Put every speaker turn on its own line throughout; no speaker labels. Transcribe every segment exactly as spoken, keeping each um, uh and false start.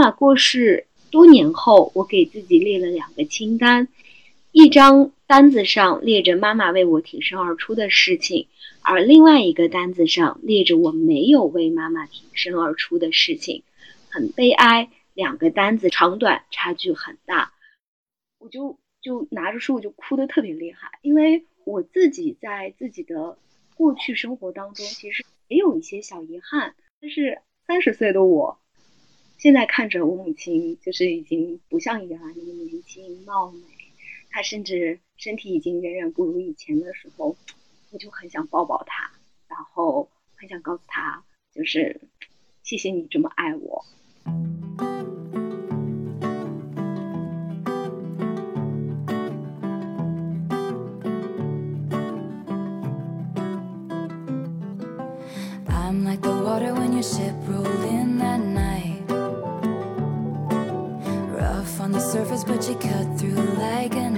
妈过世多年后，我给自己列了两个清单，一张单子上列着妈妈为我挺身而出的事情，而另外一个单子上列着我没有为妈妈挺身而出的事情。很悲哀，两个单子长短差距很大。我就就拿着书我就哭得特别厉害，因为我自己在自己的过去生活当中其实也有一些小遗憾，但是三十岁的我现在看着我母亲就是已经不像原来那么年轻貌美，她甚至身体已经远远不如以前的时候，我就很想抱抱她，然后很想告诉她，就是谢谢你这么爱我。
I'm like the water when your ship rolled in that night. Rough on the surface, but you cut through like a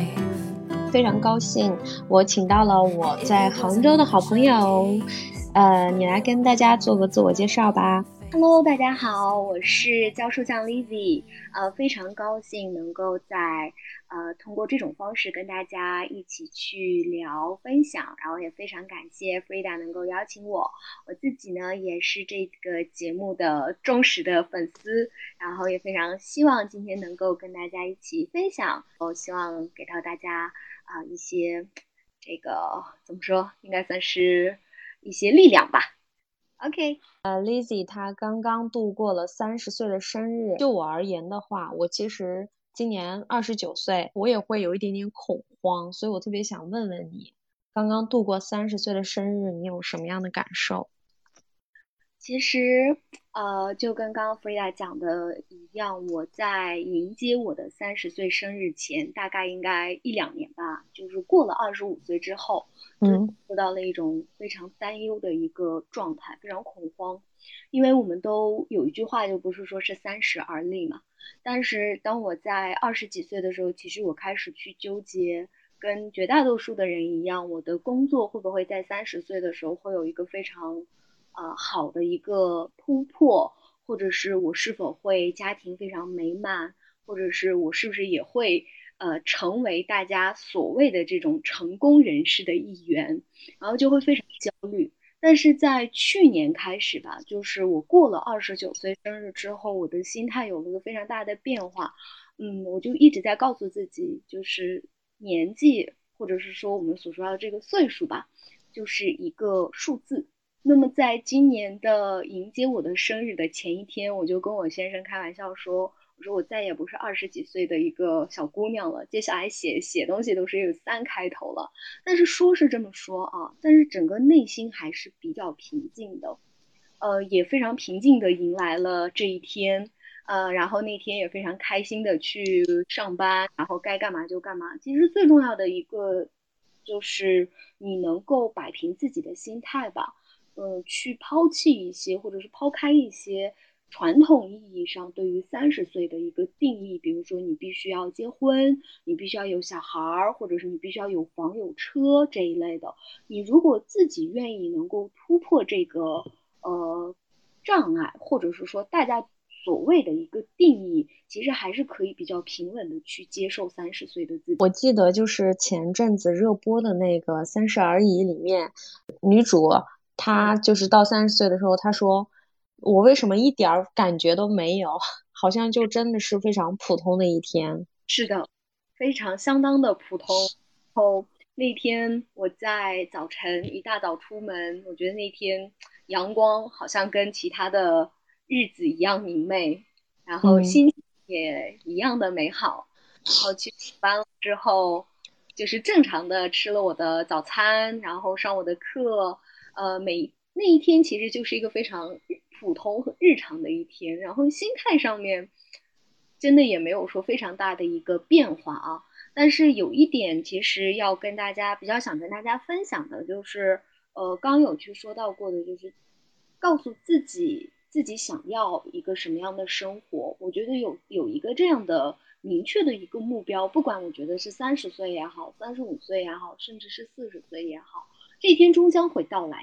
knife.
非常高兴，我请到了我在杭州的好朋友，呃，你来跟大家做个自我介绍吧。
Hello， 大家好，我是教书匠 Lizzy， 呃，非常高兴能够在呃通过这种方式跟大家一起去聊分享，然后也非常感谢 Frida 能够邀请我，我自己呢也是这个节目的忠实的粉丝，然后也非常希望今天能够跟大家一起分享，我希望给到大家啊、呃、一些这个怎么说，应该算是一些力量吧。OK，
呃 ，Lizzy 她刚刚度过了三十岁的生日。就我而言的话，我其实今年二十九岁，我也会有一点点恐慌，所以我特别想问问你，刚刚度过三十岁的生日，你有什么样的感受？
其实，呃，就跟刚刚 Frida 讲的一样，我在迎接我的三十岁生日前，大概应该一两年吧，就是过了二十五岁之后，就
嗯，
受到了一种非常担忧的一个状态，非常恐慌，因为我们都有一句话，就不是说是三十而立嘛。但是当我在二十几岁的时候，其实我开始去纠结，跟绝大多数的人一样，我的工作会不会在三十岁的时候会有一个非常呃好的一个突破，或者是我是否会家庭非常美满，或者是我是不是也会呃成为大家所谓的这种成功人士的一员，然后就会非常焦虑。但是在去年开始吧，就是我过了二十九岁生日之后，我的心态有了一个非常大的变化。嗯，我就一直在告诉自己，就是年纪或者是说我们所说的这个岁数吧，就是一个数字。那么在今年的迎接我的生日的前一天，我就跟我先生开玩笑说，我说我再也不是二十几岁的一个小姑娘了，接下来写写东西都是有三开头了。但是说是这么说啊，但是整个内心还是比较平静的，呃，也非常平静的迎来了这一天。呃，然后那天也非常开心的去上班，然后该干嘛就干嘛。其实最重要的一个就是你能够摆平自己的心态吧，嗯，去抛弃一些或者是抛开一些传统意义上对于三十岁的一个定义，比如说你必须要结婚，你必须要有小孩儿，或者是你必须要有房有车这一类的。你如果自己愿意能够突破这个呃障碍，或者是说大家所谓的一个定义，其实还是可以比较平稳的去接受三十岁的自己。
我记得就是前阵子热播的那个《三十而已》里面，女主她就是到三十岁的时候，她说：“我为什么一点儿感觉都没有？好像就真的是非常普通的一天。”
是的，非常相当的普通。然后那天我在早晨一大早出门，我觉得那天阳光好像跟其他的日子一样明媚，然后
嗯。
心情也一样的美好。然后去上班了之后，就是正常的吃了我的早餐，然后上我的课。呃，每那一天其实就是一个非常普通和日常的一天，然后心态上面真的也没有说非常大的一个变化啊。但是有一点其实要跟大家比较想跟大家分享的就是，呃，刚有去说到过的，就是告诉自己自己想要一个什么样的生活。我觉得有有一个这样的明确的一个目标，不管我觉得是三十岁也好，三十五岁也好，甚至是四十岁也好，这一天终将会到来嘛。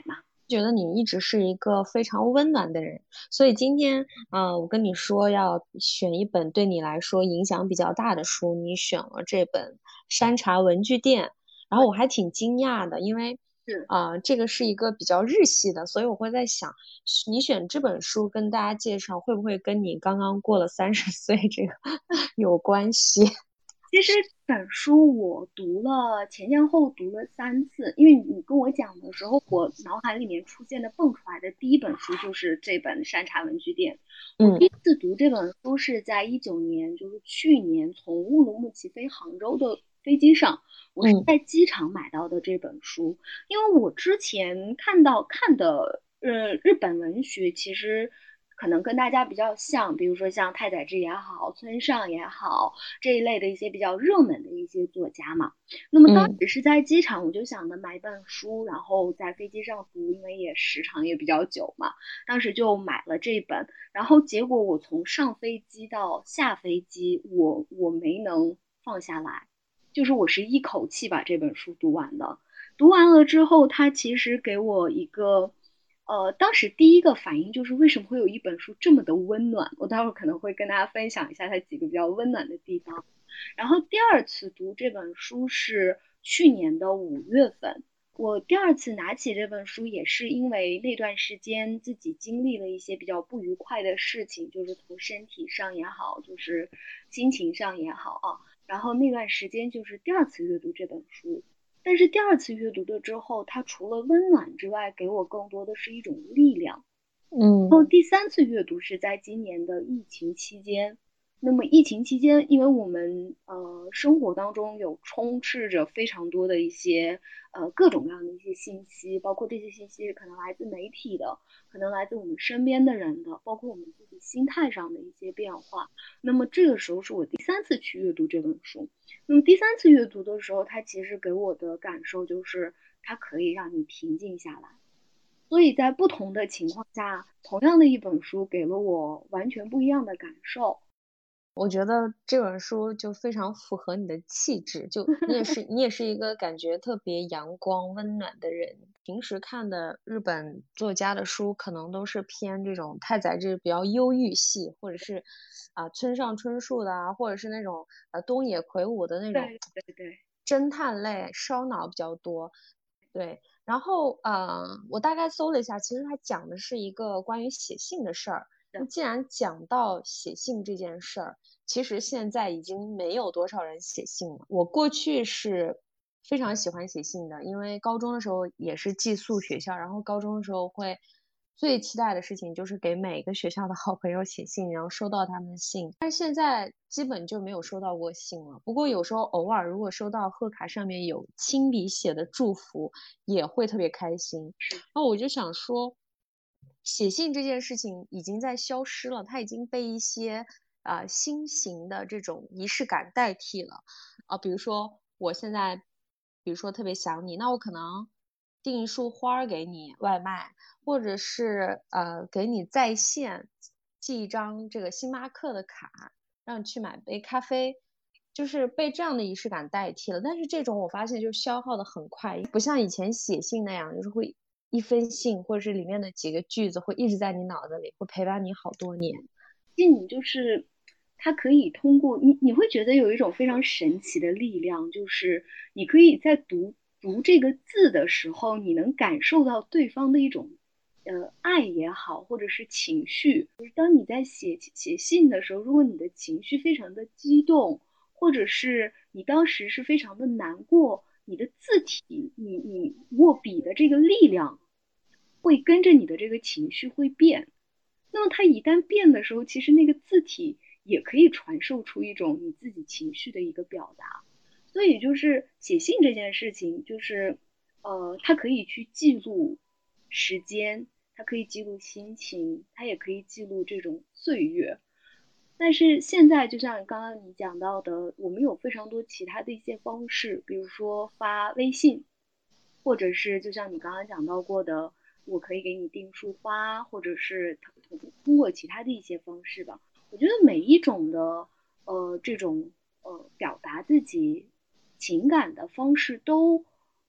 觉得你一直是一个非常温暖的人，所以今天，呃，我跟你说要选一本对你来说影响比较大的书，你选了这本《山茶文具店》，然后
对，
我还挺惊讶的，因为，
是。
啊，这个是一个比较日系的，所以我会在想，你选这本书跟大家介绍，会不会跟你刚刚过了三十岁这个有关系？
其实这本书我读了前前后后读了三次，因为你跟我讲的时候，我脑海里面出现的蹦出来的第一本书就是这本《山茶文具店》。我
嗯
第一次读这本书是在一九年，就是去年从乌鲁木齐飞杭州的飞机上，我是
嗯
在机场买到的这本书。因为我之前看到看的呃日本文学，其实可能跟大家比较像，比如说像太宰治也好，村上也好。这一类的一些比较热门的一些作家嘛。那么当
嗯
时是在机场，我就想着买一本书，然后在飞机上读，因为也时长也比较久嘛。当时就买了这本，然后结果我从上飞机到下飞机，我我没能放下来，就是我是一口气把这本书读完的。读完了之后，它其实给我一个呃，当时第一个反应就是为什么会有一本书这么的温暖？我待会儿可能会跟大家分享一下它几个比较温暖的地方。然后第二次读这本书是去年的五月份，我第二次拿起这本书也是因为那段时间自己经历了一些比较不愉快的事情，就是从身体上也好，就是心情上也好啊。然后那段时间就是第二次阅读这本书，但是第二次阅读了之后，它除了温暖之外，给我更多的是一种力量。
嗯
然后第三次阅读是在今年的疫情期间。那么疫情期间，因为我们呃生活当中有充斥着非常多的一些呃各种各样的一些信息，包括这些信息可能来自媒体的，可能来自我们身边的人的，包括我们自己心态上的一些变化。那么这个时候是我第三次去阅读这本书。那么第三次阅读的时候，它其实给我的感受就是，它可以让你平静下来。所以在不同的情况下，同样的一本书给了我完全不一样的感受。
我觉得这本书就非常符合你的气质，就你也是你也是一个感觉特别阳光温暖的人。平时看的日本作家的书，可能都是偏这种太宰治比较忧郁系，或者是啊、村上春树的啊，或者是那种呃东野圭吾的那种
对对对，
侦探类，烧脑比较多。对，然后呃，我大概搜了一下，其实它讲的是一个关于写信的事儿。那
的，
既然讲到写信这件事儿，其实现在已经没有多少人写信了。我过去是非常喜欢写信的，因为高中的时候也是寄宿学校，然后高中的时候会最期待的事情就是给每个学校的好朋友写信，然后收到他们的信。但是现在基本就没有收到过信了。不过有时候偶尔如果收到贺卡上面有亲笔写的祝福，也会特别开心。
是。
然后我就想说，写信这件事情已经在消失了，它已经被一些啊、呃新型的这种仪式感代替了。啊、比如说我现在，比如说特别想你，那我可能订一束花儿给你外卖，或者是呃给你在线寄一张这个星巴克的卡，让你去买杯咖啡。就是被这样的仪式感代替了，但是这种我发现就消耗的很快，不像以前写信那样，就是会一封信或者是里面的几个句子会一直在你脑子里，会陪伴你好多年。
信就是它可以通过你，你会觉得有一种非常神奇的力量，就是你可以在读读这个字的时候，你能感受到对方的一种呃爱也好，或者是情绪。就是当你在写写信的时候，如果你的情绪非常的激动，或者是你当时是非常的难过，你的字体，你你握笔的这个力量会跟着你的这个情绪会变。那么它一旦变的时候，其实那个字体也可以传授出一种你自己情绪的一个表达。所以就是写信这件事情，就是呃，它可以去记录时间，它可以记录心情，它也可以记录这种岁月。但是现在，就像刚刚你讲到的，我们有非常多其他的一些方式，比如说发微信，或者是就像你刚刚讲到过的，我可以给你订束花，或者是通通过其他的一些方式吧。我觉得每一种的呃这种呃表达自己情感的方式都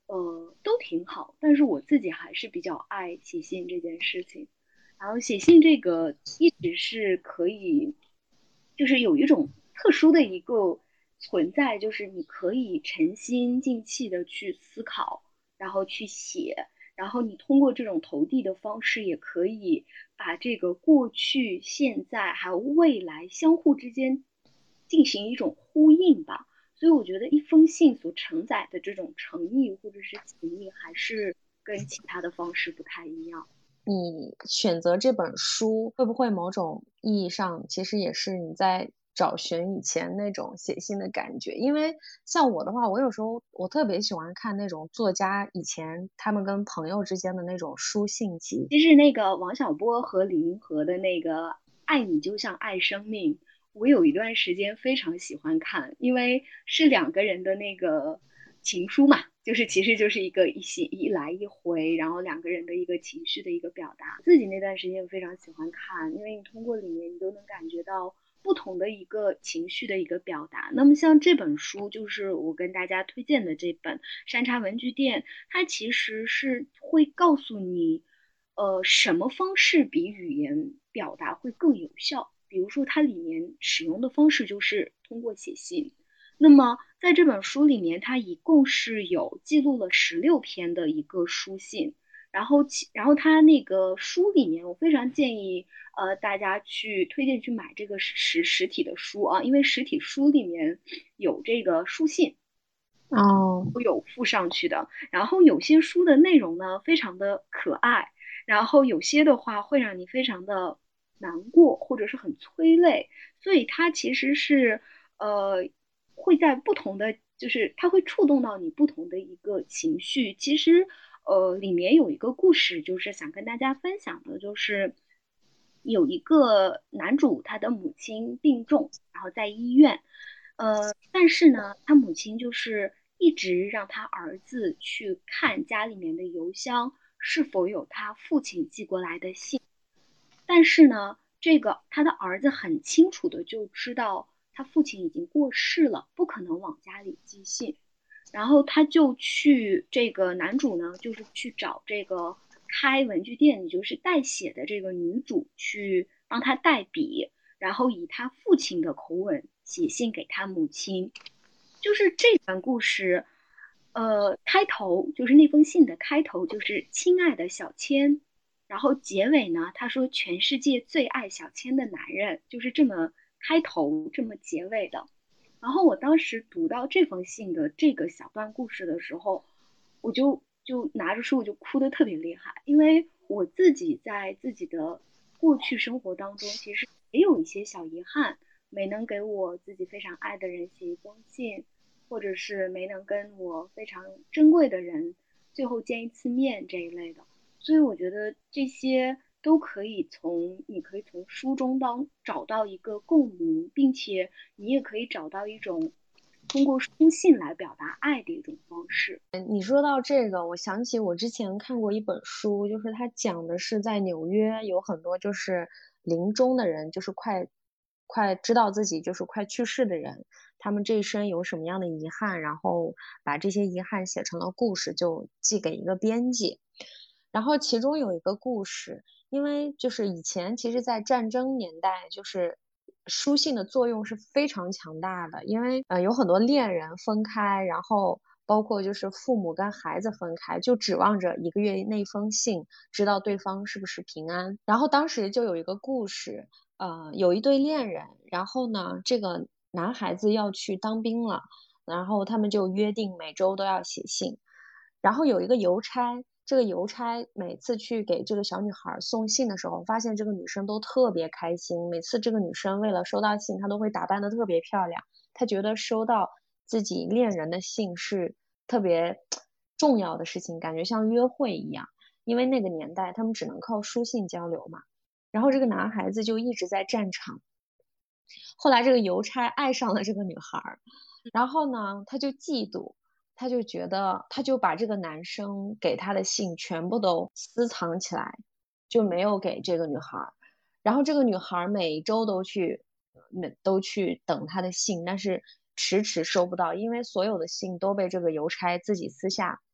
呃，都挺好，但是我自己还是比较爱写信这件事情。然后写信这个一直是可以，就是有一种特殊的一个存在，就是你可以沉心静气的去思考，然后去写，然后你通过这种投递的方式，也可以把这个过去、现在还有未来相互之间进行一种呼应吧。所以我觉得一封信所承载的这种诚意或者是情谊，还是跟其他的方式不太一样。
你选择这本书，会不会某种意义上其实也是你在找寻以前那种写信的感觉？因为像我的话，我有时候我特别喜欢看那种作家以前他们跟朋友之间的那种书信集。
其实那个王小波和李银河的那个《爱你就像爱生命》，我有一段时间非常喜欢看，因为是两个人的那个情书嘛，就是其实就是一个一喜一来一回，然后两个人的一个情绪的一个表达。自己那段时间非常喜欢看，因为你通过里面你都能感觉到不同的一个情绪的一个表达。那么像这本书，就是我跟大家推荐的这本《山茶文具店》，它其实是会告诉你。呃，什么方式比语言表达会更有效？比如说，它里面使用的方式就是通过写信。那么，在这本书里面，它一共是有记录了十六篇的一个书信。然后其，然后它那个书里面，我非常建议呃大家去推荐去买这个实实体的书啊，因为实体书里面有这个书信，
哦，
都有附上去的。然后有些书的内容呢，非常的可爱，然后有些的话会让你非常的难过，或者是很催泪，所以它其实是呃会在不同的，就是它会触动到你不同的一个情绪。其实呃里面有一个故事，就是想跟大家分享的，就是有一个男主他的母亲病重，然后在医院。呃，但是呢，他母亲就是一直让他儿子去看家里面的邮箱是否有他父亲寄过来的信。但是呢，这个他的儿子很清楚的就知道他父亲已经过世了，不可能往家里寄信。然后他就去这个男主呢，就是去找这个开文具店，也就是代写的这个女主去帮他代笔，然后以他父亲的口吻写信给他母亲。就是这段故事，呃，开头就是那封信的开头就是"亲爱的小千"，然后结尾呢，他说"全世界最爱小千的男人"，就是这么开头，这么结尾的。然后我当时读到这封信的这个小段故事的时候，我就就拿着书我就哭得特别厉害，因为我自己在自己的过去生活当中，其实也有一些小遗憾，没能给我自己非常爱的人写一封信，或者是没能跟我非常珍贵的人最后见一次面这一类的。所以我觉得这些都可以从你可以从书中当找到一个共鸣，并且你也可以找到一种通过书信来表达爱的一种方式。
你说到这个，我想起我之前看过一本书，就是它讲的是在纽约有很多就是临终的人，就是快快知道自己就是快去世的人，他们这一生有什么样的遗憾，然后把这些遗憾写成了故事，就寄给一个编辑。然后其中有一个故事，因为就是以前其实，在战争年代，就是书信的作用是非常强大的，因为呃有很多恋人分开，然后包括就是父母跟孩子分开，就指望着一个月那封信，知道对方是不是平安。然后当时就有一个故事，呃，有一对恋人，然后呢，这个男孩子要去当兵了，然后他们就约定每周都要写信。然后有一个邮差，这个邮差每次去给这个小女孩送信的时候，发现这个女生都特别开心。每次这个女生为了收到信，她都会打扮得特别漂亮。她觉得收到自己恋人的信是特别重要的事情，感觉像约会一样。因为那个年代他们只能靠书信交流嘛。然后这个男孩子就一直在战场。后来这个邮差爱上了这个女孩，然后呢，他就嫉妒，他就觉得，他就把这个男生给他的信全部都私藏起来，就没有给这个女孩。然后这个女孩每周都去，那都去等他的信，但是迟迟收不到，因为所有的信都被这个邮差自己私下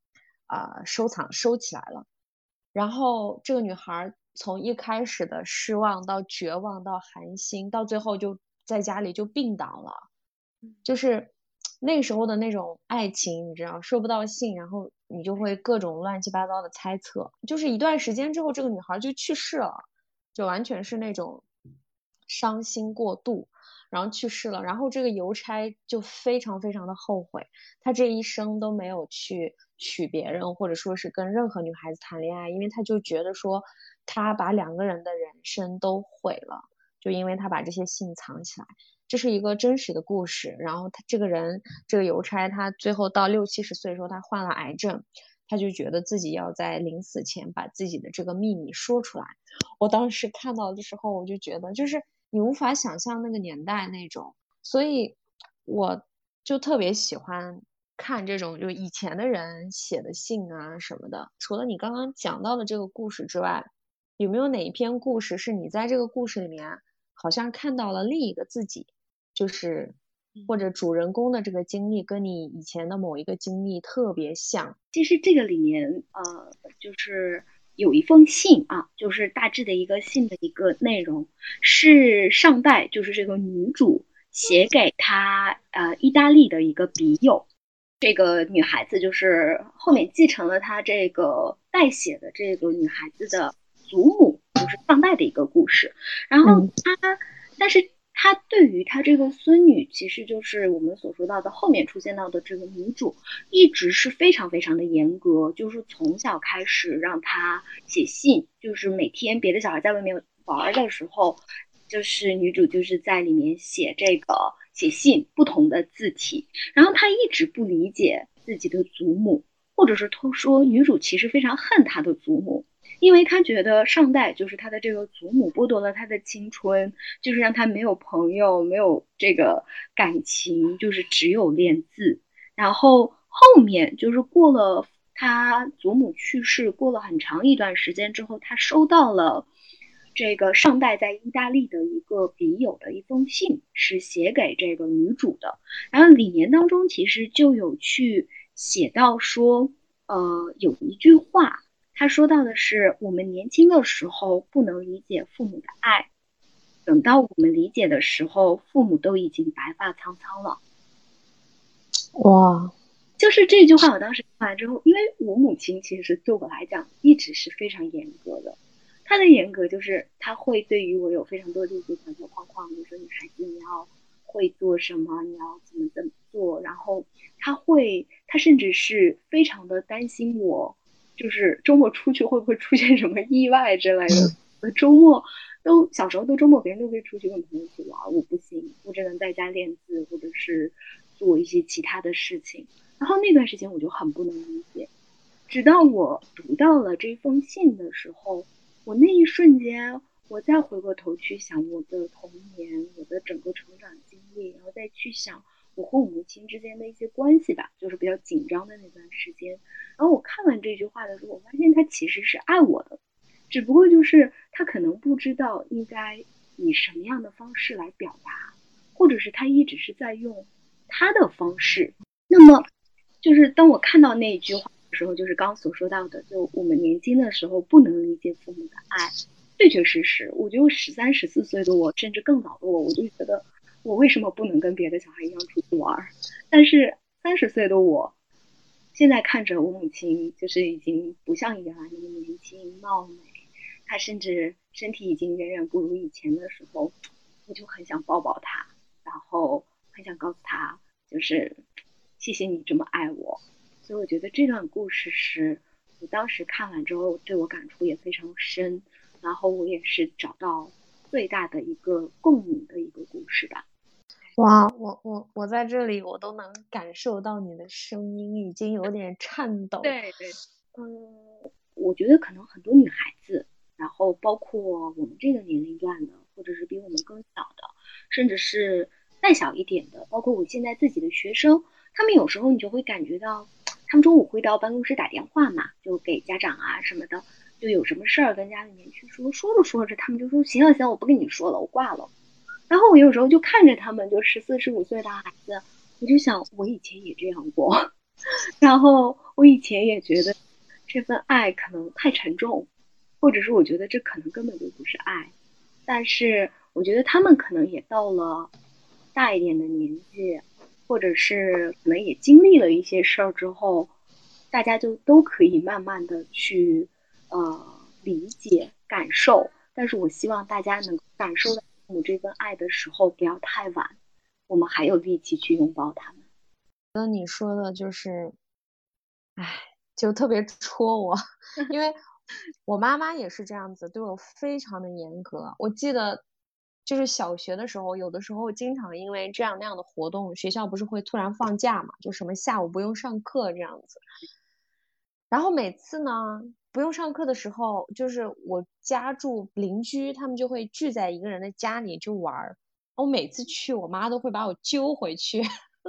啊、呃收藏收起来了。然后这个女孩从一开始的失望到绝望到寒心，到最后就在家里就病倒了。就是那时候的那种爱情，你知道，收不到信，然后你就会各种乱七八糟的猜测。就是一段时间之后，这个女孩就去世了，就完全是那种伤心过度，然后去世了。然后这个邮差就非常非常的后悔，他这一生都没有去娶别人，或者说是跟任何女孩子谈恋爱，因为他就觉得说他把两个人的人生都毁了，就因为他把这些信藏起来。这是一个真实的故事。然后他这个人，这个邮差，他最后到六七十岁的时候，他患了癌症，他就觉得自己要在临死前把自己的这个秘密说出来。我当时看到的时候，我就觉得，就是你无法想象那个年代那种，所以我就特别喜欢看这种就以前的人写的信啊什么的。除了你刚刚讲到的这个故事之外，有没有哪一篇故事是你在这个故事里面好像看到了另一个自己，就是或者主人公的这个经历跟你以前的某一个经历特别像？
其实这个里面，呃，就是有一封信啊，就是大致的一个信的一个内容，是上代，就是这个女主写给她呃意大利的一个笔友。这个女孩子就是后面继承了她这个代写的这个女孩子的祖母，就是上代的一个故事。然后
嗯
她，但是她对于她这个孙女，其实就是我们所说到的后面出现到的这个女主，一直是非常非常的严格，就是从小开始让她写信，就是每天别的小孩在外面玩的时候，就是女主就是在里面写这个写信不同的字体。然后她一直不理解自己的祖母，或者是她说女主其实非常恨她的祖母，因为她觉得上代就是她的这个祖母剥夺了她的青春，就是让她没有朋友，没有这个感情，就是只有练字。然后后面就是过了她祖母去世，过了很长一段时间之后，她收到了这个上代在意大利的一个笔友的一封信，是写给这个女主的。然后里面当中其实就有去写到说，呃，有一句话，他说到的是我们年轻的时候不能理解父母的爱，等到我们理解的时候，父母都已经白发苍苍了。
哇，
就是这句话，我当时看完之后，因为我母亲其实对我来讲一直是非常严格的。她的严格就是她会对于我有非常多的一些条条框框，比如说女孩子你要会做什么，你要怎么怎么做，然后她会，她甚至是非常的担心我，就是周末出去会不会出现什么意外之类的。我周末都小时候都周末别人都可以出去跟朋友一起玩，我不行，我只能在家练字或者是做一些其他的事情。然后那段时间我就很不能理解，直到我读到了这封信的时候，我那一瞬间，我再回过头去想我的童年，我的整个成长经历，然后再去想我和我母亲之间的一些关系吧，就是比较紧张的那段时间。然后我看完这句话的时候，我发现他其实是爱我的，只不过就是他可能不知道应该以什么样的方式来表达，或者是他一直是在用他的方式。那么就是当我看到那一句话的时候，就是刚刚所说到的，就我们年轻的时候不能理解父母的爱，确确实实，我觉得十三十四岁的我，甚至更早的我，我就觉得我为什么不能跟别的小孩一样出去玩？但是三十岁的我，现在看着我母亲，就是已经不像原来那么年轻貌美，她甚至身体已经远远不如以前的时候，我就很想抱抱她，然后很想告诉她，就是谢谢你这么爱我。所以我觉得这段故事是我当时看完之后对我感触也非常深，然后我也是找到最大的一个共鸣的一个故事吧。
哇，我我我在这里，我都能感受到你的声音已经有点颤抖。
对对，嗯，我觉得可能很多女孩子，然后包括我们这个年龄段的，或者是比我们更小的，甚至是再小一点的，包括我现在自己的学生，他们有时候你就会感觉到，他们中午会到办公室打电话嘛，就给家长啊什么的，就有什么事儿跟家里面去说，说着说着，他们就说行了行了，我不跟你说了，我挂了。然后我有时候就看着他们，就十四十五岁的孩子，我就想，我以前也这样过。 然后我以前也觉得这份爱可能太沉重，或者是我觉得这可能根本就不是爱。但是我觉得他们可能也到了大一点的年纪，或者是可能也经历了一些事儿之后，大家就都可以慢慢的去呃理解、感受。但是我希望大家能够感受到父母这份爱的时候，不要太晚，我们还有力气去拥抱他们。
跟你说的就是，唉，就特别戳我，因为我妈妈也是这样子，对我非常的严格。我记得就是小学的时候，有的时候经常因为这样那样的活动，学校不是会突然放假嘛，就什么下午不用上课这样子。然后每次呢，不用上课的时候，就是我家住邻居，他们就会聚在一个人的家里就玩儿。我每次去，我妈都会把我揪回去。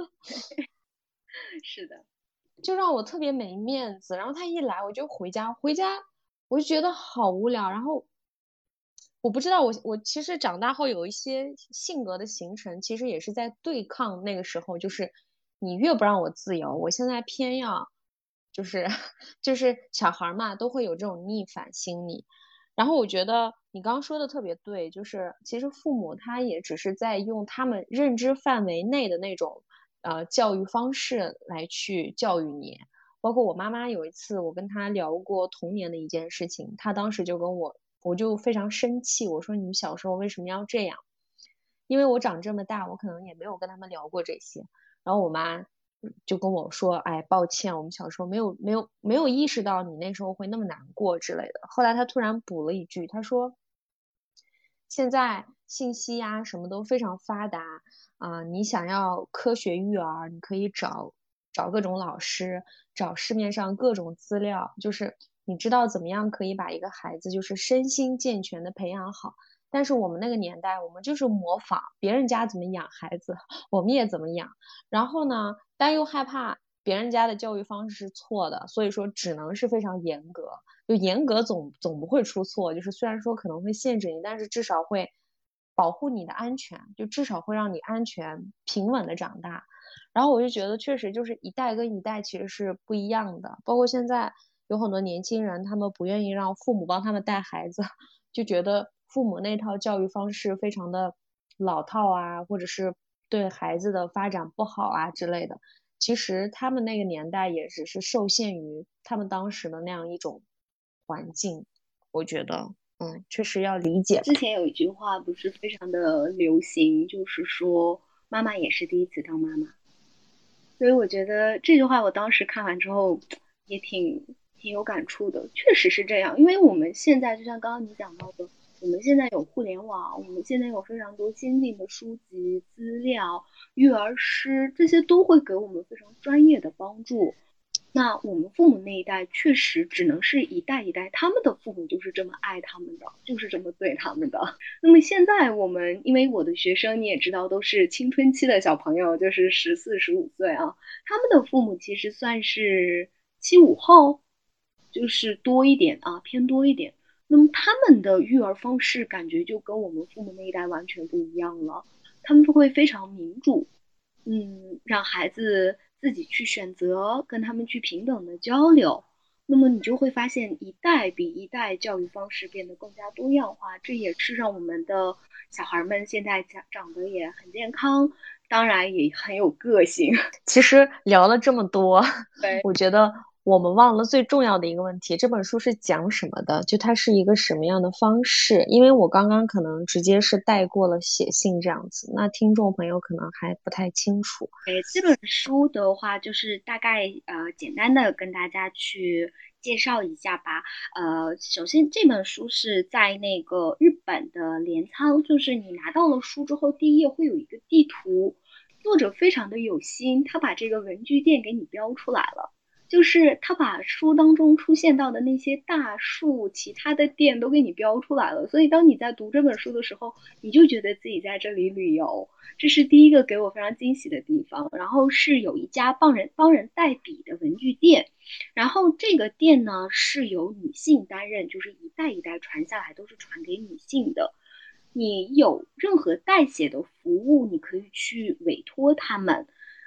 是的。
就让我特别没面子。然后他一来我就回家，回家我就觉得好无聊。然后我不知道我我其实长大后有一些性格的形成，其实也是在对抗那个时候，就是你越不让我自由，我现在偏要就是就是小孩嘛，都会有这种逆反心理。然后我觉得你刚刚说的特别对，就是其实父母他也只是在用他们认知范围内的那种呃教育方式来去教育你。包括我妈妈有一次，我跟她聊过童年的一件事情，她当时就跟我，我就非常生气，我说你们小时候为什么要这样？因为我长这么大，我可能也没有跟他们聊过这些。然后我妈就跟我说，哎，抱歉，我们小时候没有没有没有意识到你那时候会那么难过之类的。后来她突然补了一句，她说，现在信息呀、什么都非常发达啊、你想要科学育儿，你可以找找各种老师，找市面上各种资料，就是你知道怎么样可以把一个孩子就是身心健全的培养好。但是我们那个年代，我们就是模仿别人家怎么养孩子，我们也怎么养。然后呢，但又害怕别人家的教育方式是错的，所以说只能是非常严格。就严格总总不会出错，就是虽然说可能会限制你，但是至少会保护你的安全，就至少会让你安全平稳的长大。然后我就觉得确实就是一代跟一代其实是不一样的，包括现在有很多年轻人，他们不愿意让父母帮他们带孩子，就觉得父母那套教育方式非常的老套啊，或者是对孩子的发展不好啊之类的。其实他们那个年代也只是受限于他们当时的那样一种环境，我觉得，嗯，确实要理解。
之前有一句话不是非常的流行，就是说妈妈也是第一次当妈妈。所以我觉得这句话我当时看完之后也挺挺有感触的，确实是这样。因为我们现在就像刚刚你讲到的，我们现在有互联网，我们现在有非常多先进的书籍、资料、育儿师，这些都会给我们非常专业的帮助。那我们父母那一代确实只能是一代一代，他们的父母就是这么爱他们的，就是这么对他们的。那么现在我们，因为我的学生你也知道，都是青春期的小朋友，就是十四、十五岁啊，他们的父母其实算是七五后，就是多一点啊，偏多一点。那么他们的育儿方式感觉就跟我们父母那一代完全不一样了，他们就会非常民主，嗯，让孩子自己去选择，跟他们去平等的交流。那么你就会发现，一代比一代教育方式变得更加多样化，这也是让我们的小孩们现在长长得也很健康，当然也很有个性。
其实聊了这么多，
对，
我觉得我们忘了最重要的一个问题，这本书是讲什么的？就它是一个什么样的方式？因为我刚刚可能直接是带过了写信这样子，那听众朋友可能还不太清楚。
诶，这本书的话，就是大概呃简单的跟大家去介绍一下吧。呃，首先这本书是在那个日本的镰仓，就是你拿到了书之后，第一页会有一个地图，作者非常的有心，他把这个文具店给你标出来了。就是他把书当中出现到的那些大树、其他的店都给你标出来了，所以当你在读这本书的时候，你就觉得自己在这里旅游，这是第一个给我非常惊喜的地方。然后是有一家帮人帮人代笔的文具店，然后这个店呢是由女性担任，就是一代一代传下来都是传给女性的。你有任何代写的服务，你可以去委托他们。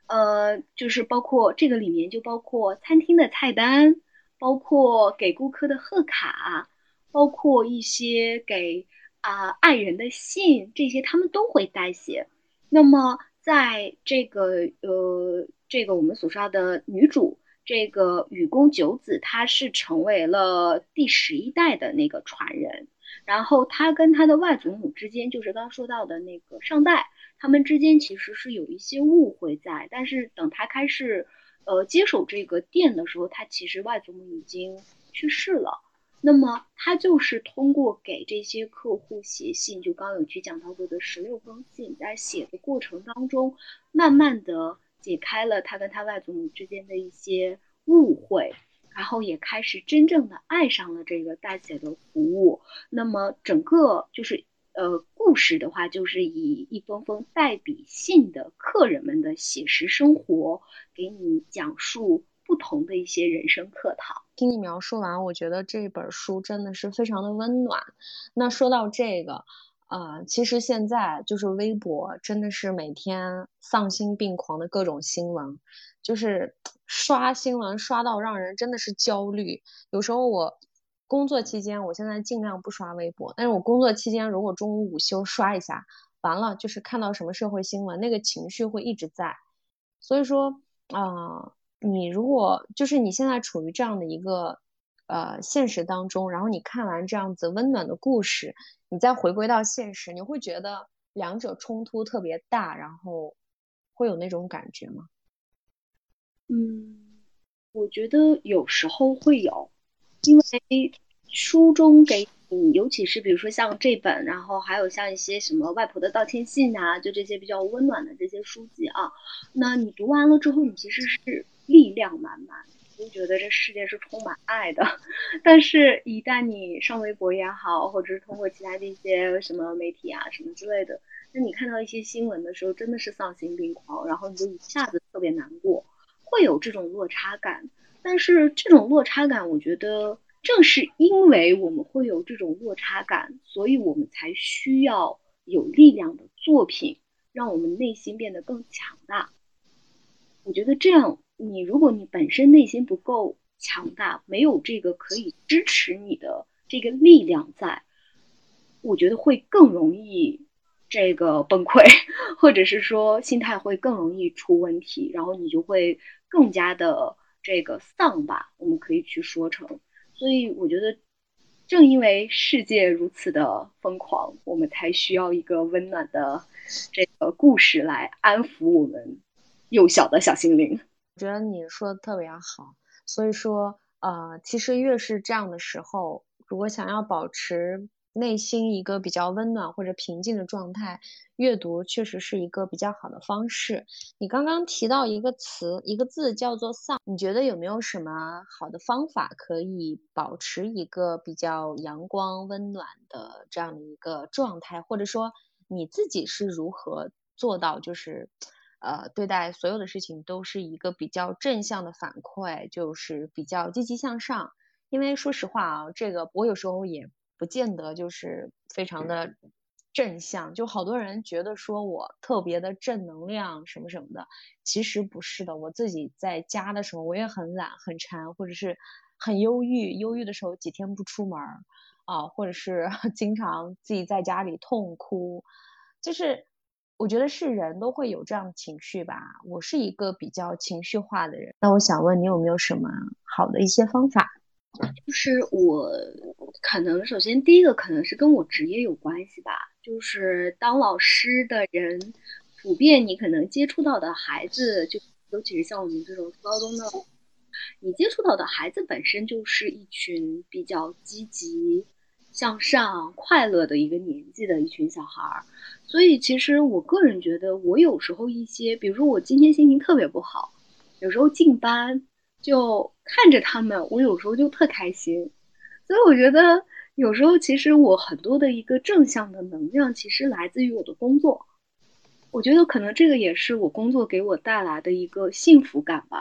呃，就是包括这个里面就包括餐厅的菜单，包括给顾客的贺卡，包括一些给啊、爱人的信，这些他们都会代写。那么在这个呃这个我们所说的女主这个雨宫九子，她是成为了第十一代的那个传人。然后她跟她的外祖母之间，就是刚刚说到的那个上代，他们之间其实是有一些误会在。但是等她开始呃接手这个店的时候，她其实外祖母已经去世了。那么他就是通过给这些客户写信，就刚刚有去讲到过的十六封信，在写的过程当中，慢慢的解开了他跟他外祖母之间的一些误会，然后也开始真正的爱上了这个代写的服务。那么整个就是呃故事的话，就是以一封封代笔信的客人们的写实生活，给你讲述不同的一些人生课堂。
听你描述完，我觉得这本书真的是非常的温暖。那说到这个，呃，其实现在就是微博真的是每天丧心病狂的各种新闻，就是刷新闻刷到让人真的是焦虑。有时候我工作期间，我现在尽量不刷微博，但是我工作期间如果中午午休刷一下，完了就是看到什么社会新闻，那个情绪会一直在。所以说，啊、呃你如果就是你现在处于这样的一个呃现实当中，然后你看完这样子温暖的故事，你再回归到现实，你会觉得两者冲突特别大，然后会有那种感觉吗？
嗯，我觉得有时候会有，因为书中给你，尤其是比如说像这本，然后还有像一些什么外婆的道歉信呐、就这些比较温暖的这些书籍啊，那你读完了之后，你其实是力量满满，就觉得这世界是充满爱的。但是，一旦你上微博也好，或者是通过其他的一些什么媒体啊什么之类的，那你看到一些新闻的时候，真的是丧心病狂，然后你就一下子特别难过，会有这种落差感。但是这种落差感，我觉得正是因为我们会有这种落差感，所以我们才需要有力量的作品，让我们内心变得更强大。我觉得这样，你如果你本身内心不够强大，没有这个可以支持你的这个力量在，我觉得会更容易这个崩溃，或者是说心态会更容易出问题，然后你就会更加的这个丧吧，我们可以去说成。所以我觉得，正因为世界如此的疯狂，我们才需要一个温暖的这个故事来安抚我们幼小的小心灵。
我觉得你说的特别好，所以说，呃，其实越是这样的时候，如果想要保持内心一个比较温暖或者平静的状态，阅读确实是一个比较好的方式。你刚刚提到一个词，一个字叫做丧，你觉得有没有什么好的方法可以保持一个比较阳光温暖的这样的一个状态，或者说你自己是如何做到，就是呃，对待所有的事情都是一个比较正向的反馈，就是比较积极向上。因为说实话啊，这个我有时候也不见得就是非常的正向，就好多人觉得说我特别的正能量什么什么的，其实不是的。我自己在家的时候，我也很懒、很馋，或者是很忧郁，忧郁的时候几天不出门儿啊，或者是经常自己在家里痛哭，就是我觉得是人都会有这样的情绪吧。我是一个比较情绪化的人，那我想问你有没有什么好的一些方法？
就是我可能首先第一个可能是跟我职业有关系吧，就是当老师的人，普遍你可能接触到的孩子，就尤其是像我们这种初高中的，你接触到的孩子本身就是一群比较积极向上、快乐的一个年纪的一群小孩儿，所以其实我个人觉得，我有时候一些，比如说我今天心情特别不好，有时候进班。就看着他们，我有时候就特开心。所以我觉得有时候其实我很多的一个正向的能量，其实来自于我的工作。我觉得可能这个也是我工作给我带来的一个幸福感吧。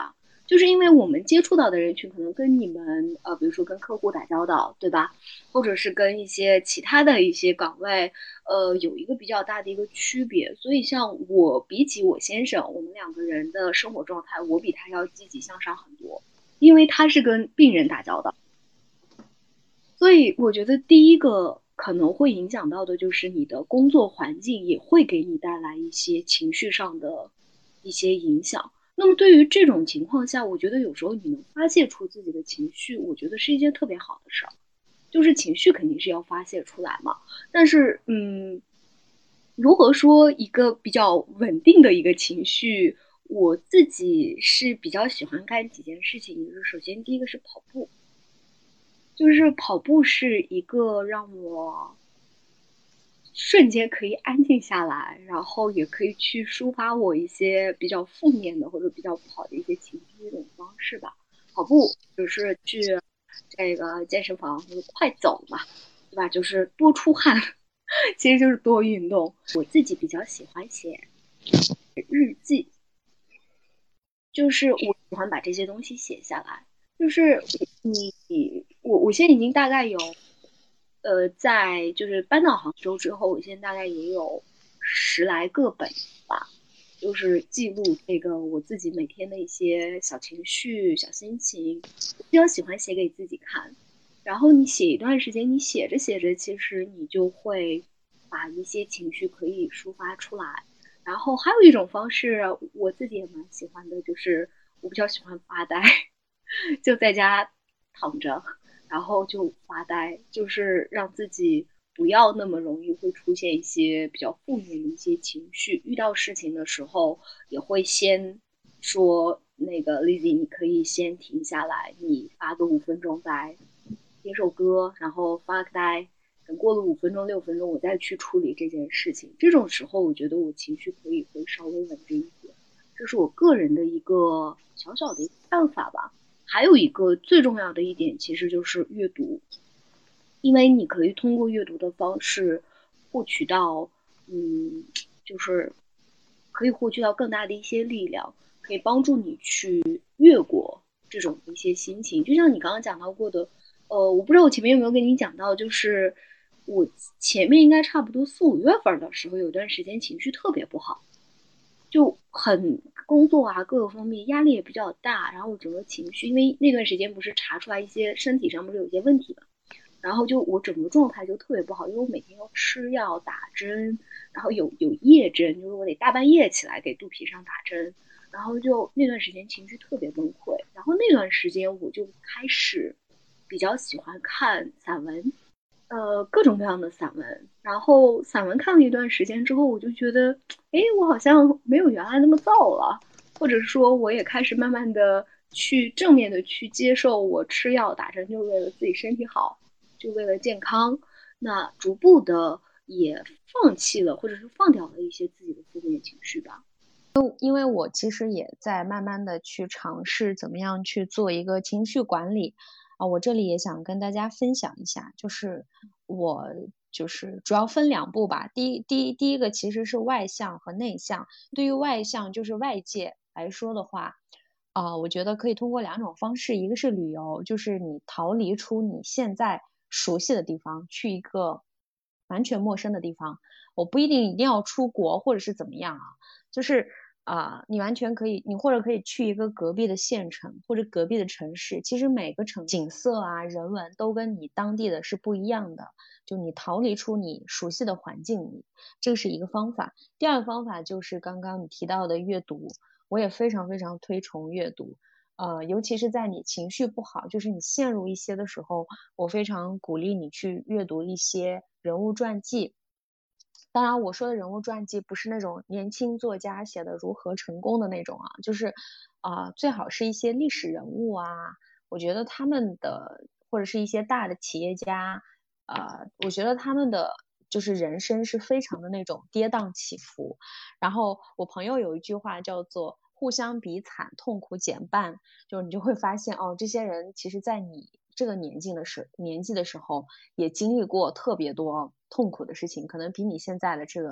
就是因为我们接触到的人群可能跟你们呃，比如说跟客户打交道，对吧？或者是跟一些其他的一些岗位，呃，有一个比较大的一个区别。所以像我比起我先生，我们两个人的生活状态，我比他要积极向上很多，因为他是跟病人打交道。所以我觉得第一个可能会影响到的就是你的工作环境也会给你带来一些情绪上的一些影响。那么对于这种情况下，我觉得有时候你能发泄出自己的情绪，我觉得是一件特别好的事儿。就是情绪肯定是要发泄出来嘛，但是嗯，如何说一个比较稳定的一个情绪，我自己是比较喜欢干几件事情，就是首先第一个是跑步。就是跑步是一个让我瞬间可以安静下来，然后也可以去抒发我一些比较负面的或者比较不好的一些情绪的一种方式吧。跑步就是去这个健身房，就是快走嘛，对吧？就是多出汗，其实就是多运动。我自己比较喜欢写日记，就是我喜欢把这些东西写下来。就是你，我我现在已经大概有，呃，在就是搬到杭州之后，我现在大概也有十来个本吧，就是记录这个我自己每天的一些小情绪、小心情，我比较喜欢写给自己看。然后你写一段时间，你写着写着，其实你就会把一些情绪可以抒发出来。然后还有一种方式，我自己也蛮喜欢的，就是我比较喜欢发呆，就在家躺着，然后就发呆，就是让自己不要那么容易会出现一些比较负面的一些情绪。遇到事情的时候，也会先说那个 Lizzy，你可以先停下来，你发个五分钟呆，听首歌，然后发个呆。等过了五分钟、六分钟，我再去处理这件事情。这种时候，我觉得我情绪可以会稍微稳定一点。这是我个人的一个小小的一个看法吧。还有一个最重要的一点，其实就是阅读，因为你可以通过阅读的方式获取到，嗯，就是可以获取到更大的一些力量，可以帮助你去越过这种一些心情。就像你刚刚讲到过的，呃，我不知道我前面有没有跟你讲到，就是我前面应该差不多四五月份的时候，有段时间情绪特别不好。就很工作啊，各个方面压力也比较大，然后整个情绪，因为那段时间不是查出来一些身体上不是有一些问题嘛，然后就我整个状态就特别不好，因为我每天要吃药打针，然后有有夜针，就是我得大半夜起来给肚皮上打针，然后就那段时间情绪特别崩溃，然后那段时间我就开始比较喜欢看散文，呃，各种各样的散文。然后散文看了一段时间之后，我就觉得，哎，我好像没有原来那么燥了，或者说，我也开始慢慢的去正面的去接受，我吃药打针就为了自己身体好，就为了健康。那逐步的也放弃了，或者是放掉了一些自己的负面情绪吧。
因为我其实也在慢慢的去尝试怎么样去做一个情绪管理。啊，我这里也想跟大家分享一下，就是我就是主要分两步吧。第一第一第一个其实是外向和内向。对于外向就是外界来说的话，啊，我觉得可以通过两种方式，一个是旅游，就是你逃离出你现在熟悉的地方，去一个完全陌生的地方。我不一定一定要出国或者是怎么样啊，就是啊、呃你完全可以，你或者可以去一个隔壁的县城或者隔壁的城市，其实每个城景色啊、人文都跟你当地的是不一样的，就你逃离出你熟悉的环境里，这是一个方法。第二个方法就是刚刚你提到的阅读，我也非常非常推崇阅读。呃，尤其是在你情绪不好，就是你陷入一些的时候，我非常鼓励你去阅读一些人物传记。当然，我说的人物传记不是那种年轻作家写的如何成功的那种啊，就是啊、呃最好是一些历史人物啊，我觉得他们的或者是一些大的企业家，啊，我觉得他们的就是人生是非常的那种跌宕起伏。然后我朋友有一句话叫做“互相比惨，痛苦减半”，就你就会发现哦，这些人其实在你这个年纪的时年纪的时候，也经历过特别多痛苦的事情，可能比你现在的这个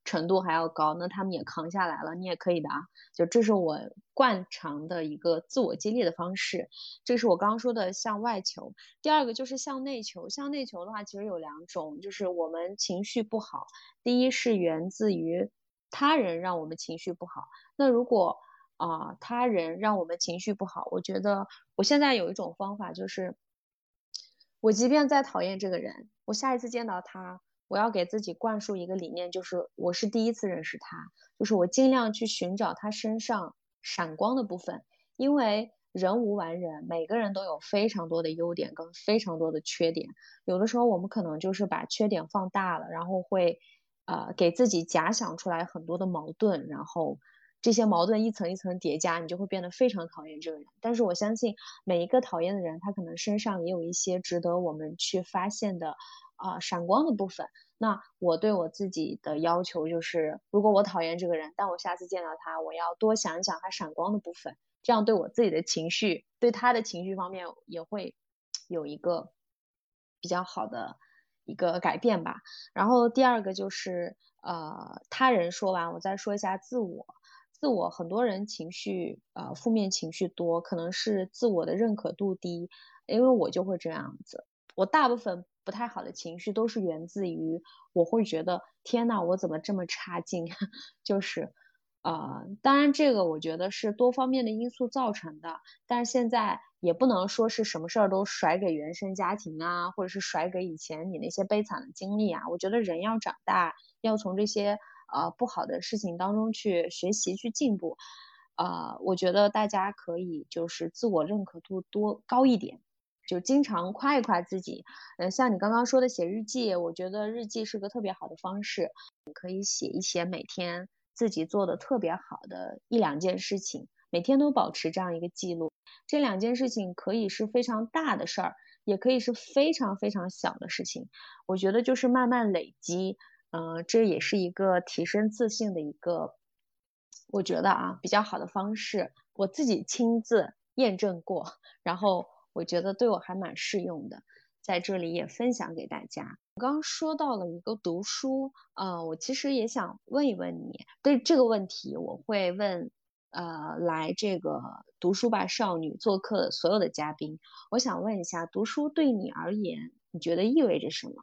程度还要高，那他们也扛下来了，你也可以的啊。就这是我惯常的一个自我激励的方式，这是我刚刚说的向外求。第二个就是向内求，向内求的话其实有两种，就是我们情绪不好，第一是源自于他人让我们情绪不好，那如果啊、呃他人让我们情绪不好，我觉得我现在有一种方法就是，我即便再讨厌这个人，我下一次见到他，我要给自己灌输一个理念，就是我是第一次认识他，就是我尽量去寻找他身上闪光的部分，因为人无完人，每个人都有非常多的优点跟非常多的缺点，有的时候我们可能就是把缺点放大了，然后会呃给自己假想出来很多的矛盾，然后这些矛盾一层一层叠加，你就会变得非常讨厌这个人。但是我相信每一个讨厌的人，他可能身上也有一些值得我们去发现的啊、呃闪光的部分。那我对我自己的要求就是，如果我讨厌这个人，但我下次见到他，我要多想一想他闪光的部分，这样对我自己的情绪，对他的情绪方面也会有一个比较好的一个改变吧。然后第二个就是呃，他人说完，我再说一下自我。自我很多人情绪呃负面情绪多，可能是自我的认可度低，因为我就会这样子。我大部分不太好的情绪都是源自于我会觉得天呐，我怎么这么差劲？就是呃，当然这个我觉得是多方面的因素造成的，但是现在也不能说是什么事儿都甩给原生家庭啊，或者是甩给以前你那些悲惨的经历啊。我觉得人要长大，要从这些呃不好的事情当中去学习去进步。呃，我觉得大家可以就是自我认可度多高一点，就经常夸一夸自己。呃，像你刚刚说的写日记，我觉得日记是个特别好的方式，你可以写一写每天自己做的特别好的一两件事情，每天都保持这样一个记录。这两件事情可以是非常大的事儿，也可以是非常非常小的事情。我觉得就是慢慢累积，呃，这也是一个提升自信的一个，我觉得啊比较好的方式。我自己亲自验证过，然后我觉得对我还蛮适用的，在这里也分享给大家。我刚刚说到了一个读书，呃，我其实也想问一问你，对这个问题我会问，呃，来这个读书吧少女做客的所有的嘉宾，我想问一下，读书对你而言，你觉得意味着什么？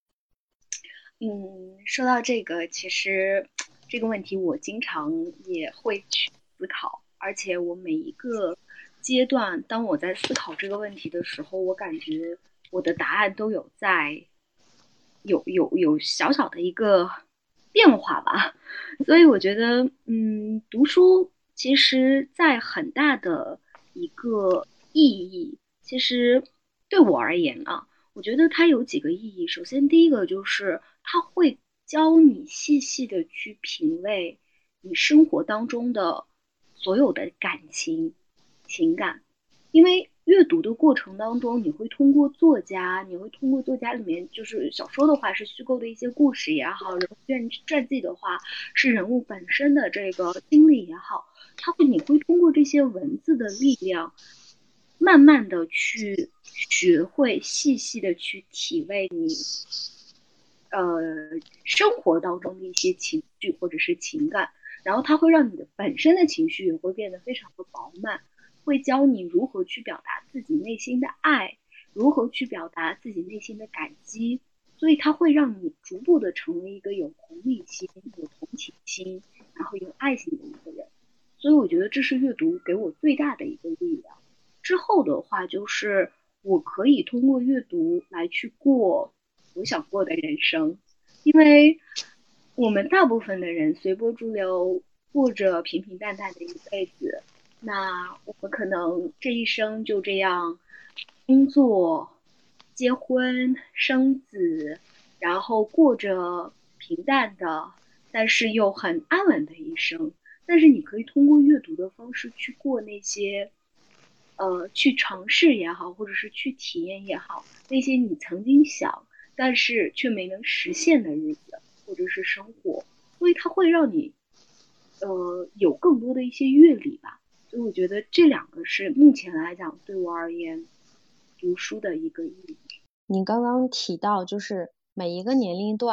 嗯，说到这个，其实这个问题我经常也会去思考，而且我每一个阶段，当我在思考这个问题的时候，我感觉我的答案都有在有有有小小的一个变化吧。所以我觉得，嗯，读书其实在很大的一个意义，其实对我而言啊。我觉得它有几个意义。首先，第一个就是它会教你细细的去品味你生活当中的所有的感情、情感，因为阅读的过程当中，你会通过作家，你会通过作家里面就是小说的话是虚构的一些故事也好，人物传传记的话是人物本身的这个经历也好，它会你会通过这些文字的力量。慢慢的去学会细细的去体味你呃生活当中的一些情绪或者是情感，然后它会让你的本身的情绪也会变得非常的饱满，会教你如何去表达自己内心的爱，如何去表达自己内心的感激，所以它会让你逐步的成为一个有同理心、有同情心，然后有爱心的一个人。所以我觉得这是阅读给我最大的一个力量。之后的话，就是我可以通过阅读来去过我想过的人生，因为我们大部分的人随波逐流，过着平平淡淡的一辈子，那我们可能这一生就这样工作、结婚、生子，然后过着平淡的，但是又很安稳的一生。但是你可以通过阅读的方式去过那些，呃，去尝试也好，或者是去体验也好，那些你曾经想但是却没能实现的日子，或者是生活，所以它会让你，呃，有更多的一些阅历吧。所以我觉得这两个是目前来讲对我而言读书的一个意义。
你刚刚提到，就是每一个年龄段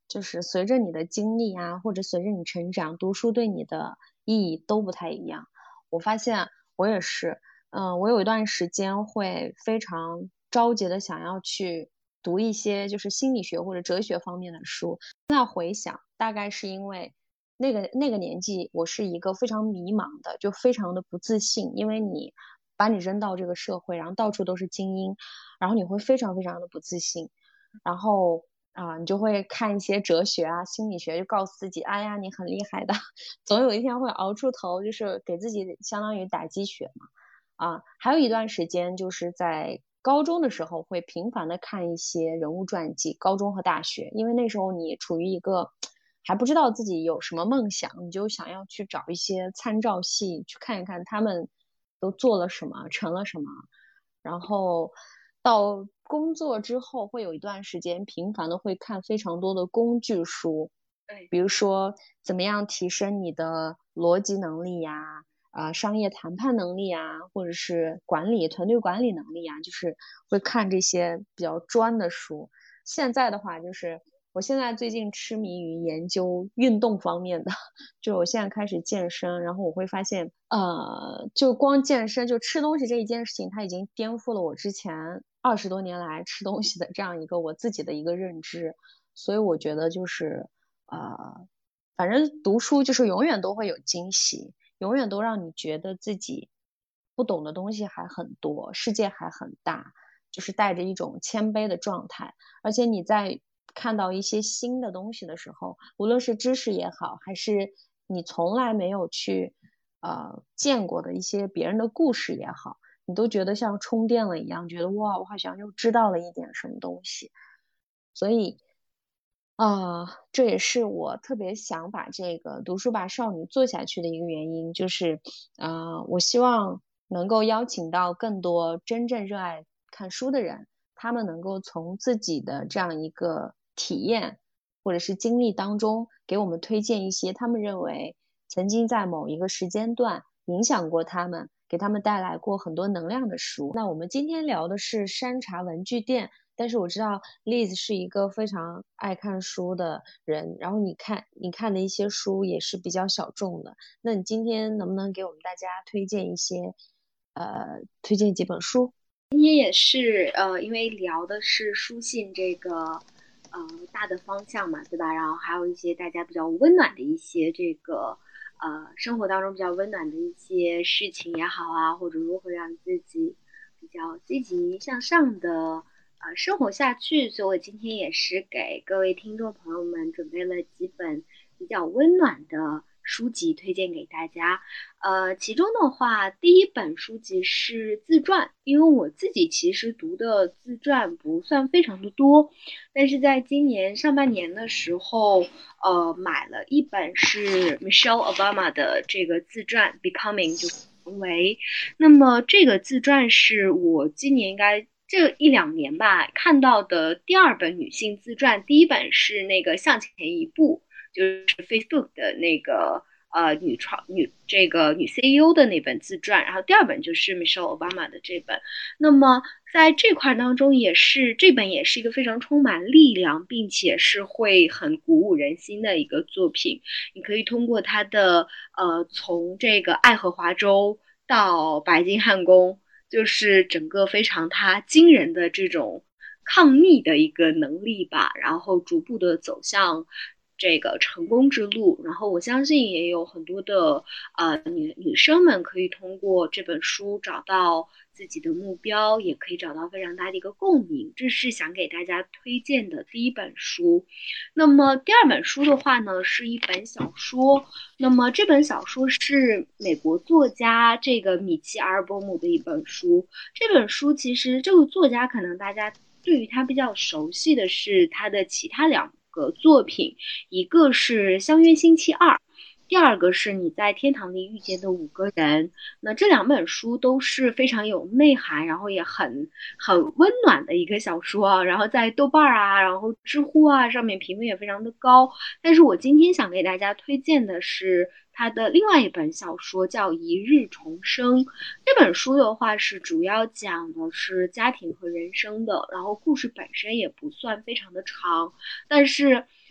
就是随着你的经历啊，或者随着你成长，读书对你的意义都不太一样。我发现我也是，嗯，我有一段时间会非常着急的想要去读一些就是心理学或者哲学方面的书。现在回想，大概是因为那个那个年纪，我是一个非常迷茫的，就非常的不自信，因为你把你扔到这个社会，然后到处都是精英，然后你会非常非常的不自信，然后啊、你就会看一些哲学啊、心理学，就告诉自己，哎呀，你很厉害的，总有一天会熬出头，就是给自己相当于打鸡血嘛。啊，还有一段时间就是在高中的时候会频繁的看一些人物传记，高中和大学，因为那时候你处于一个还不知道自己有什么梦想，你就想要去找一些参照系，去看一看他们都做了什么，成了什么。然后到工作之后，会有一段时间频繁的会看非常多的工具书，
对，
比如说怎么样提升你的逻辑能力呀，啊、商业谈判能力啊，或者是管理团队管理能力啊，就是会看这些比较专的书。现在的话，就是我现在最近痴迷于研究运动方面的，就我现在开始健身，然后我会发现，呃，就光健身就吃东西这一件事情，它已经颠覆了我之前二十多年来吃东西的这样一个我自己的一个认知。所以我觉得就是呃，反正读书就是永远都会有惊喜，永远都让你觉得自己不懂的东西还很多，世界还很大，就是带着一种谦卑的状态。而且你在看到一些新的东西的时候，无论是知识也好，还是你从来没有去呃见过的一些别人的故事也好，你都觉得像充电了一样，觉得哇，我好像又知道了一点什么东西。所以啊，这也是我特别想把这个读书吧少女做下去的一个原因，就是，啊，我希望能够邀请到更多真正热爱看书的人，他们能够从自己的这样一个体验或者是经历当中，给我们推荐一些他们认为曾经在某一个时间段影响过他们，给他们带来过很多能量的书。那我们今天聊的是山茶文具店。但是我知道 Liz 是一个非常爱看书的人，然后你看你看的一些书也是比较小众的，那你今天能不能给我们大家推荐一些，呃，推荐几本书？
今天也是呃，因为聊的是书信这个呃大的方向嘛，对吧？然后还有一些大家比较温暖的一些这个呃生活当中比较温暖的一些事情也好啊，或者如何让自己比较积极向上的呃生活下去。所以我今天也是给各位听众朋友们准备了几本比较温暖的书籍推荐给大家。呃，其中的话，第一本书籍是自传，因为我自己其实读的自传不算非常的多，但是在今年上半年的时候，呃，买了一本是 Michelle Obama 的这个自传《Becoming》，就成为。那么这个自传是我今年应该这一两年吧看到的第二本女性自传，第一本是那个向前一步，就是 Facebook 的那个呃女创女这个女 C E O 的那本自传，然后第二本就是 Michelle Obama 的这本。那么在这块当中，也是这本也是一个非常充满力量，并且是会很鼓舞人心的一个作品。你可以通过它的呃从这个爱荷华州到白金汉宫，就是整个非常他惊人的这种抗逆的一个能力吧，然后逐步的走向这个成功之路。然后我相信也有很多的呃女女生们可以通过这本书找到自己的目标，也可以找到非常大的一个共鸣。这是想给大家推荐的第一本书。那么第二本书的话呢，是一本小说。那么这本小说是美国作家这个米奇·阿尔伯姆的一本书。这本书其实这个作家可能大家对于他比较熟悉的是他的其他两个作品，一个是《相约星期二》，第二个是你在天堂里遇见的五个人。那这两本书都是非常有内涵，然后也很很温暖的一个小说啊。然后在豆瓣啊，然后知乎啊上面评分也非常的高。但是我今天想给大家推荐的是他的另外一本小说，叫《一日重生》。这本书的话是主要讲的是家庭和人生的，然后故事本身也不算非常的长，但是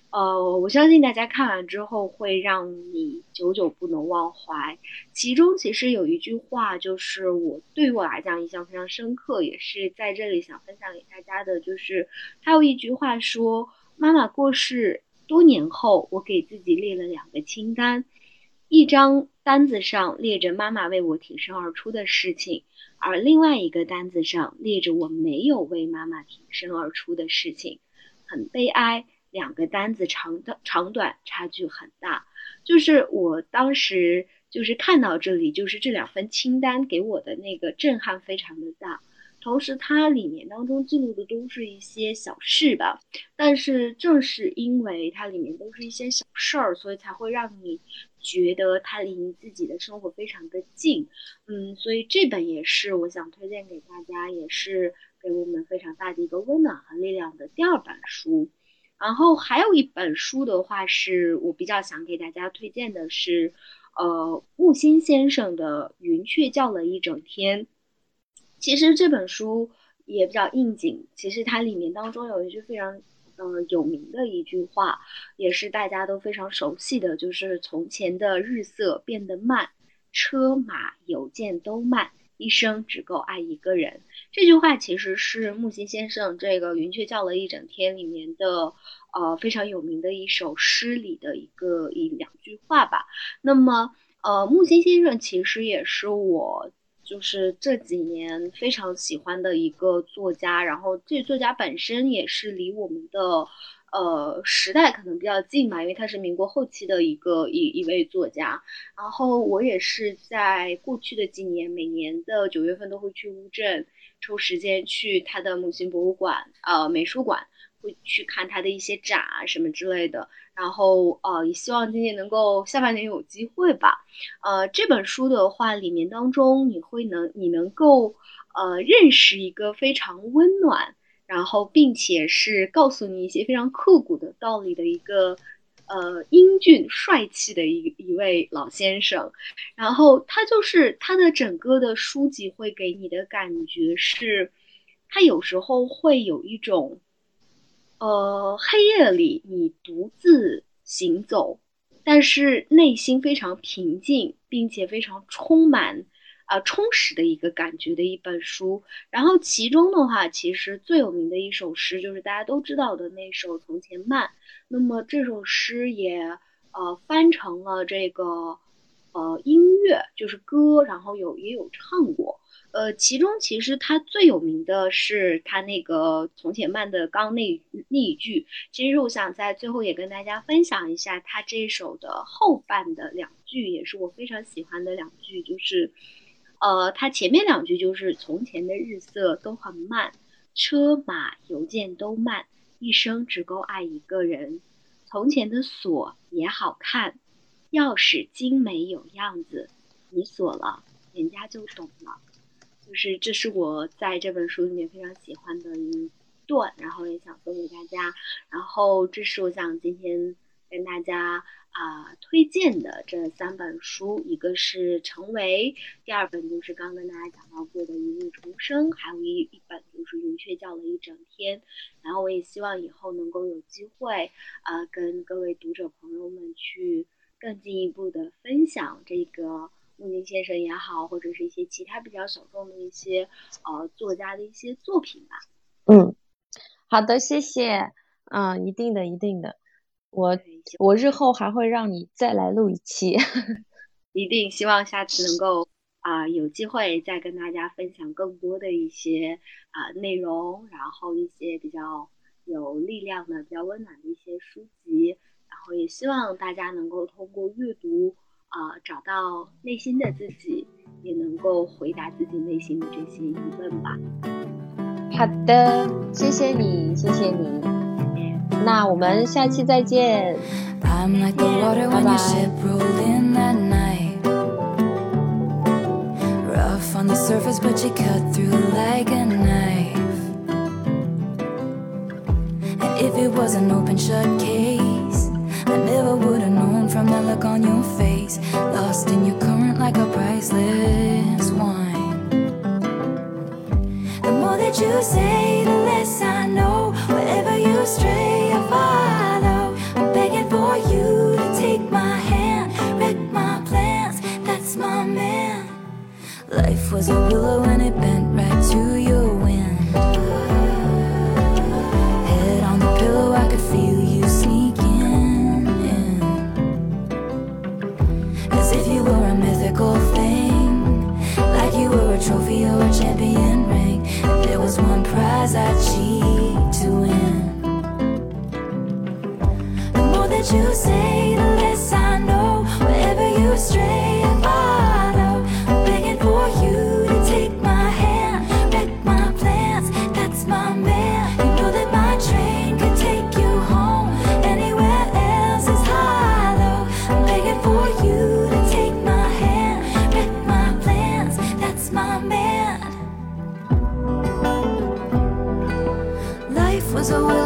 呃，我相信大家看完之后会让你久久不能忘怀。其中其实有一句话，就是我对于我来讲印象非常深刻，也是在这里想分享给大家的，就是他有一句话说：“妈妈过世多年后，我给自己列了两个清单，一张单子上列着妈妈为我挺身而出的事情，而另外一个单子上列着我没有为妈妈挺身而出的事情。很悲哀，两个单子长的长短差距很大。就是我当时就是看到这里，就是这两份清单给我的那个震撼非常的大。同时，它里面当中记录的都是一些小事吧，但是正是因为它里面都是一些小事儿，所以才会让你觉得它离你自己的生活非常的近。嗯，所以这本也是我想推荐给大家，也是给我们非常大的一个温暖和力量的第二本书。然后还有一本书的话，是我比较想给大家推荐的是，呃，木心先生的《云雀叫了一整天》。其实这本书也比较应景，其实它里面当中有一句非常呃有名的一句话，也是大家都非常熟悉的，就是从前的日色变得慢，车马邮件都慢，一生只够爱一个人。这句话其实是木心先生这个《云雀叫了一整天》里面的呃非常有名的一首诗里的一个一两句话吧。那么呃木心先生其实也是我就是这几年非常喜欢的一个作家，然后这作家本身也是离我们的呃时代可能比较近嘛，因为他是民国后期的一个一一位作家。然后我也是在过去的几年，每年的九月份都会去乌镇抽时间去他的木心博物馆呃美术馆，会去看他的一些展啊什么之类的。然后呃也希望今年能够下半年有机会吧。呃，这本书的话，里面当中你会能你能够呃认识一个非常温暖，然后并且是告诉你一些非常刻骨的道理的一个呃英俊帅气的一一位老先生。然后他就是他的整个的书籍会给你的感觉是，他有时候会有一种呃，黑夜里你独自行走，但是内心非常平静，并且非常充满啊、呃充实的一个感觉的一本书。然后其中的话，其实最有名的一首诗就是大家都知道的那首《从前慢》。那么这首诗也呃翻成了这个呃音乐，就是歌，然后有也有唱过。呃，其中其实它最有名的是它那个从前慢的刚那那一句。其实我想在最后也跟大家分享一下它这一首的后半的两句，也是我非常喜欢的两句，就是呃，它前面两句就是从前的日色都很慢，车马邮件都慢，一生只够爱一个人。从前的锁也好看，钥匙精美有样子，你锁了，人家就懂了。就是这是我在这本书里面非常喜欢的一段，然后也想送给大家。然后这是我想今天跟大家啊、呃推荐的这三本书，一个是《成为》，第二本就是刚跟大家讲到过的《一日重生》，还有一一本就是《云雀叫了一整天》。然后我也希望以后能够有机会啊、呃跟各位读者朋友们去更进一步的分享这个木心先生也好，或者是一些其他比较小众的一些呃作家的一些作品吧。
嗯，好的，谢谢。嗯，一定的，一定的。我
对，
我日后还会让你再来录一期。
一定希望下次能够啊、呃有机会再跟大家分享更多的一些啊、呃内容，然后一些比较有力量的、比较温暖的一些书籍。然后也希望大家能够通过阅读啊、呃找到内心的自己，也能够回答自己内心的这些疑问吧。
好的，谢谢你，谢谢你。那我们下期再见。
I'm like the water when your ship rolled in that night. Rough on the surface, but you cut through like a knife. And if it was an open shut case, I never would have known from the look on your face. Lost in your current like a priceless wine. The more that you say, the less I know. Wherever you stray, I follow. my man. Life was a willow and it bent right to your wind. Head on the pillow, I could feel you sneaking in, as if you were a mythical thing, like you were a trophy or a champion ring, and there was one prize I'd cheat to win. The more that you say, the less I know. Wherever you stray, I follow. I'm begging for you to take my hand, wreck my plans, that's my man. You know that my train could take you home, anywhere else is hollow. I'm begging for you to take my hand, wreck my plans, that's my man. Life was a